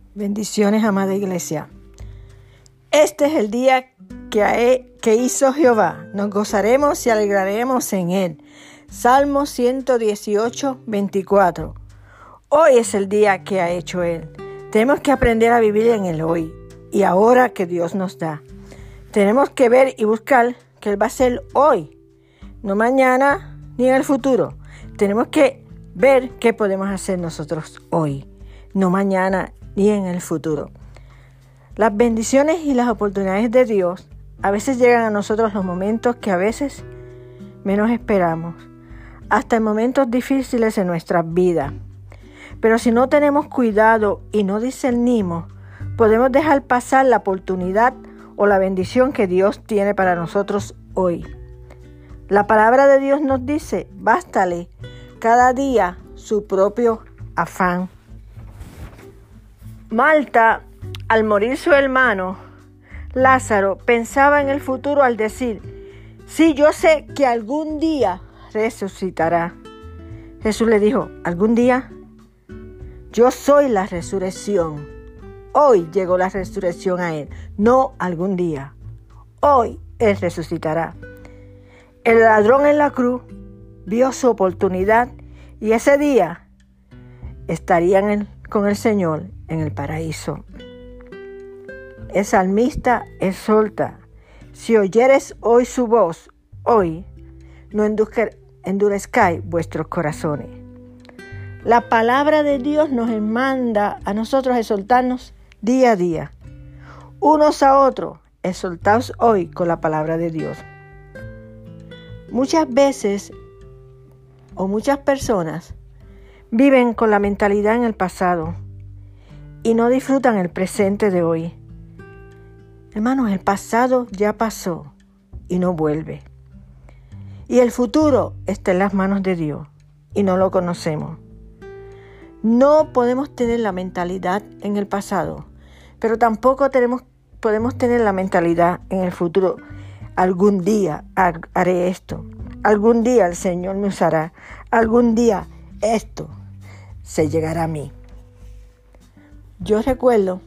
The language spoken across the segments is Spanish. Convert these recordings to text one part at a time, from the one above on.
Bendiciones, amada iglesia. Este es el día que hizo Jehová. Nos gozaremos y alegraremos en él. Salmo 118, 24. Hoy es el día que ha hecho él. Tenemos que aprender a vivir en el hoy y ahora que Dios nos da. Tenemos que ver y buscar que él va a ser hoy, no mañana ni en el futuro. Tenemos que ver qué podemos hacer nosotros hoy, no mañana ni en el futuro. Las bendiciones y las oportunidades de Dios a veces llegan a nosotros los momentos que a veces menos esperamos, hasta en momentos difíciles en nuestras vidas. Pero si no tenemos cuidado y no discernimos, podemos dejar pasar la oportunidad o la bendición que Dios tiene para nosotros hoy. La palabra de Dios nos dice, bástale cada día su propio afán. Marta, al morir su hermano, Lázaro, pensaba en el futuro al decir, sí, yo sé que algún día resucitará. Jesús le dijo, ¿algún día? Yo soy la resurrección. Hoy llegó la resurrección a él, no algún día. Hoy él resucitará. El ladrón en la cruz vio su oportunidad y ese día estarían con el Señor en el paraíso. El salmista exhorta, si oyeres hoy su voz, hoy no endurezcáis vuestros corazones. La palabra de Dios nos manda a nosotros a exhortarnos día a día. Unos a otros, exhortaos hoy con la palabra de Dios. Muchas veces o muchas personas viven con la mentalidad en el pasado y no disfrutan el presente de hoy. Hermanos, el pasado ya pasó y no vuelve. Y el futuro está en las manos de Dios y no lo conocemos. No podemos tener la mentalidad en el pasado, pero tampoco podemos tener la mentalidad en el futuro. Algún día haré esto. Algún día el Señor me usará. Algún día esto se llegará a mí. Yo recuerdo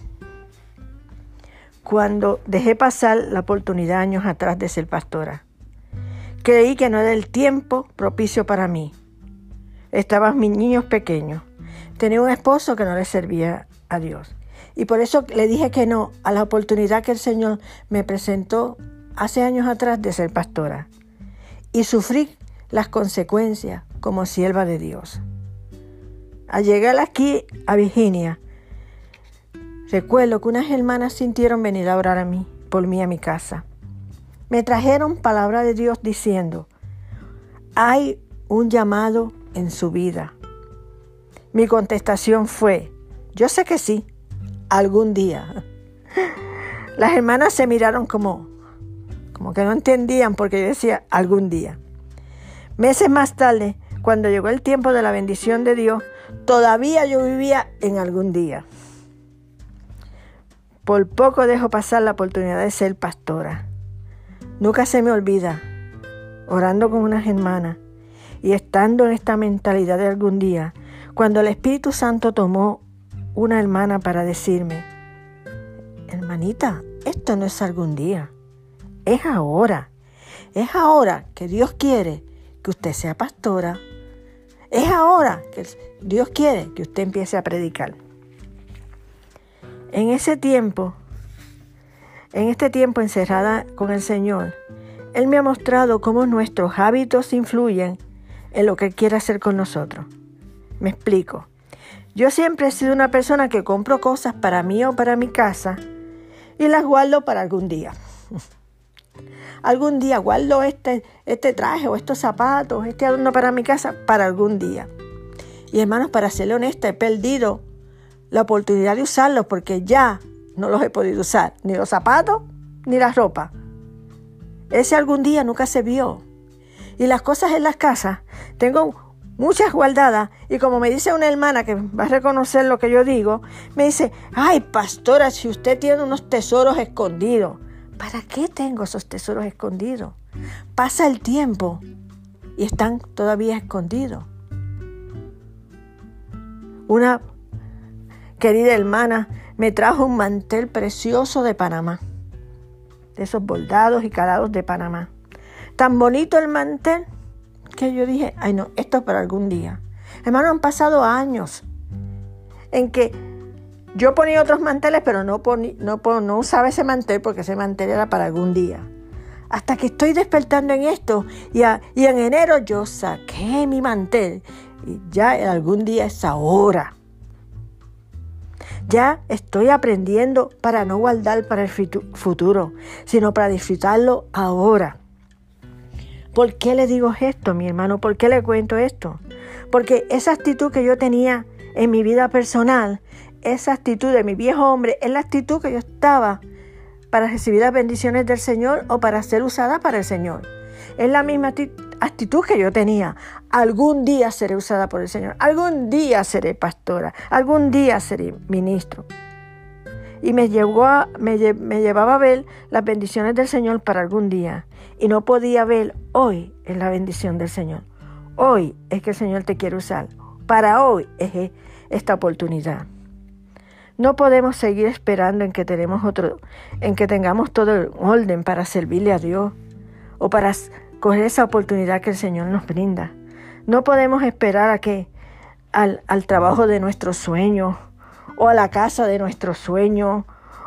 cuando dejé pasar la oportunidad años atrás de ser pastora. Creí que no era el tiempo propicio para mí. Estaban mis niños pequeños. Tenía un esposo que no le servía a Dios. Y por eso le dije que no a la oportunidad que el Señor me presentó hace años atrás de ser pastora. Y sufrí las consecuencias como sierva de Dios. Al llegar aquí a Virginia, recuerdo que unas hermanas sintieron venir a orar por mí a mi casa. Me trajeron palabra de Dios diciendo, hay un llamado en su vida. Mi contestación fue, yo sé que sí, algún día. Las hermanas se miraron como que no entendían porque yo decía algún día. Meses más tarde, cuando llegó el tiempo de la bendición de Dios, todavía yo vivía en algún día. Por poco dejo pasar la oportunidad de ser pastora. Nunca se me olvida, orando con unas hermanas y estando en esta mentalidad de algún día, cuando el Espíritu Santo tomó una hermana para decirme, hermanita, esto no es algún día, es ahora. Es ahora que Dios quiere que usted sea pastora. Es ahora que Dios quiere que usted empiece a predicar. En este tiempo encerrada con el Señor, Él me ha mostrado cómo nuestros hábitos influyen en lo que Él quiere hacer con nosotros. Me explico. Yo siempre he sido una persona que compro cosas para mí o para mi casa y las guardo para algún día. Algún día guardo este traje o estos zapatos, este adorno para mi casa para algún día. Y hermanos, para serle honesta, he perdido la oportunidad de usarlos porque ya no los he podido usar, ni los zapatos ni la ropa. Ese algún día nunca se vio. Y las cosas en las casas, tengo muchas guardadas y como me dice una hermana que va a reconocer lo que yo digo, me dice, ay pastora, si usted tiene unos tesoros escondidos. ¿Para qué tengo esos tesoros escondidos? Pasa el tiempo y están todavía escondidos. Una querida hermana, me trajo un mantel precioso de Panamá, de esos bordados y calados de Panamá. Tan bonito el mantel que yo dije, ay no, esto es para algún día. Hermano, han pasado años en que yo ponía otros manteles, pero no usaba ese mantel porque ese mantel era para algún día. Hasta que estoy despertando en esto y en enero yo saqué mi mantel y ya algún día es ahora. Ya estoy aprendiendo para no guardar para el futuro, sino para disfrutarlo ahora. ¿Por qué le digo esto, mi hermano? ¿Por qué le cuento esto? Porque esa actitud que yo tenía en mi vida personal, esa actitud de mi viejo hombre, es la actitud que yo estaba para recibir las bendiciones del Señor o para ser usada para el Señor. Es la misma actitud que yo tenía. Algún día seré usada por el Señor. Algún día seré pastora. Algún día seré ministro. Y me llevaba a ver las bendiciones del Señor para algún día. Y no podía ver hoy es la bendición del Señor. Hoy es que el Señor te quiere usar. Para hoy es esta oportunidad. No podemos seguir esperando en que tengamos todo el orden para servirle a Dios o para coger esa oportunidad que el Señor nos brinda. No podemos esperar al trabajo de nuestros sueños o a la casa de nuestros sueños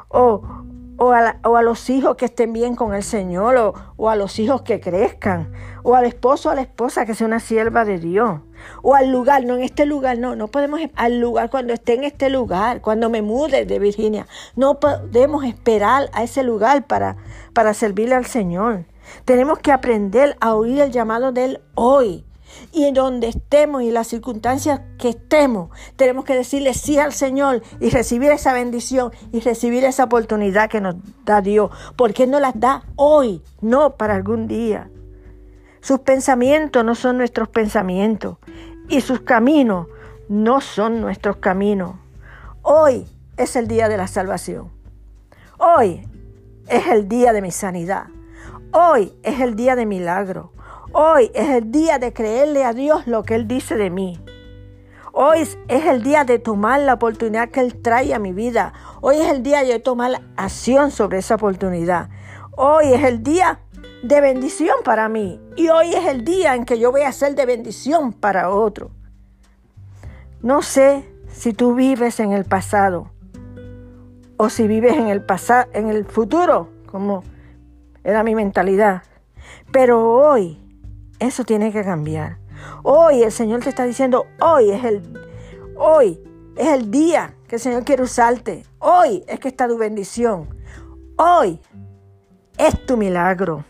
o a los hijos que estén bien con el Señor o a los hijos que crezcan o al esposo o a la esposa que sea una sierva de Dios. O al lugar, no en este lugar, no podemos al lugar cuando esté en este lugar, cuando me mude de Virginia. No podemos esperar a ese lugar para servirle al Señor. Tenemos que aprender a oír el llamado de Él hoy. Y en donde estemos y las circunstancias que estemos, tenemos que decirle sí al Señor y recibir esa bendición y recibir esa oportunidad que nos da Dios. Porque Él nos las da hoy, no para algún día. Sus pensamientos no son nuestros pensamientos y sus caminos no son nuestros caminos. Hoy es el día de la salvación. Hoy es el día de mi sanidad. Hoy es el día de milagro. Hoy es el día de creerle a Dios lo que Él dice de mí. Hoy es el día de tomar la oportunidad que Él trae a mi vida. Hoy es el día de tomar acción sobre esa oportunidad. Hoy es el día de bendición para mí. Y hoy es el día en que yo voy a ser de bendición para otro. No sé si tú vives en el pasado o si vives en el futuro, como era mi mentalidad. Pero hoy eso tiene que cambiar. Hoy el Señor te está diciendo, hoy es el día que el Señor quiere usarte. Hoy es que está tu bendición. Hoy es tu milagro.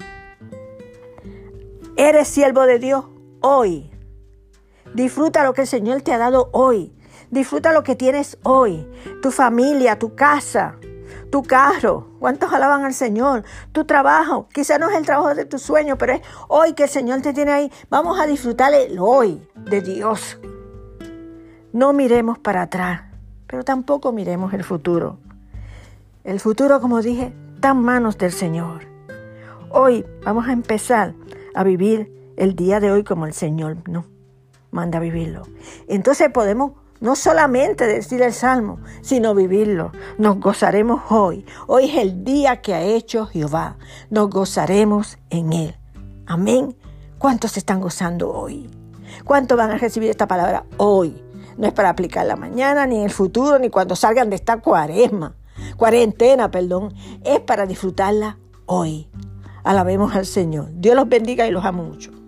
Eres siervo de Dios hoy. Disfruta lo que el Señor te ha dado hoy. Disfruta lo que tienes hoy. Tu familia, tu casa, tu carro. ¿Cuántos alaban al Señor? Tu trabajo. Quizá no es el trabajo de tu sueño, pero es hoy que el Señor te tiene ahí. Vamos a disfrutar el hoy de Dios. No miremos para atrás, pero tampoco miremos el futuro. El futuro, como dije, está en manos del Señor. Hoy vamos a empezar a vivir el día de hoy como el Señor nos manda a vivirlo. Entonces podemos no solamente decir el Salmo, sino vivirlo. Nos gozaremos hoy. Hoy es el día que ha hecho Jehová. Nos gozaremos en Él. Amén. ¿Cuántos se están gozando hoy? ¿Cuántos van a recibir esta palabra hoy? No es para aplicarla mañana, ni en el futuro, ni cuando salgan de esta cuarentena, Es para disfrutarla hoy. Alabemos al Señor. Dios los bendiga y los amo mucho.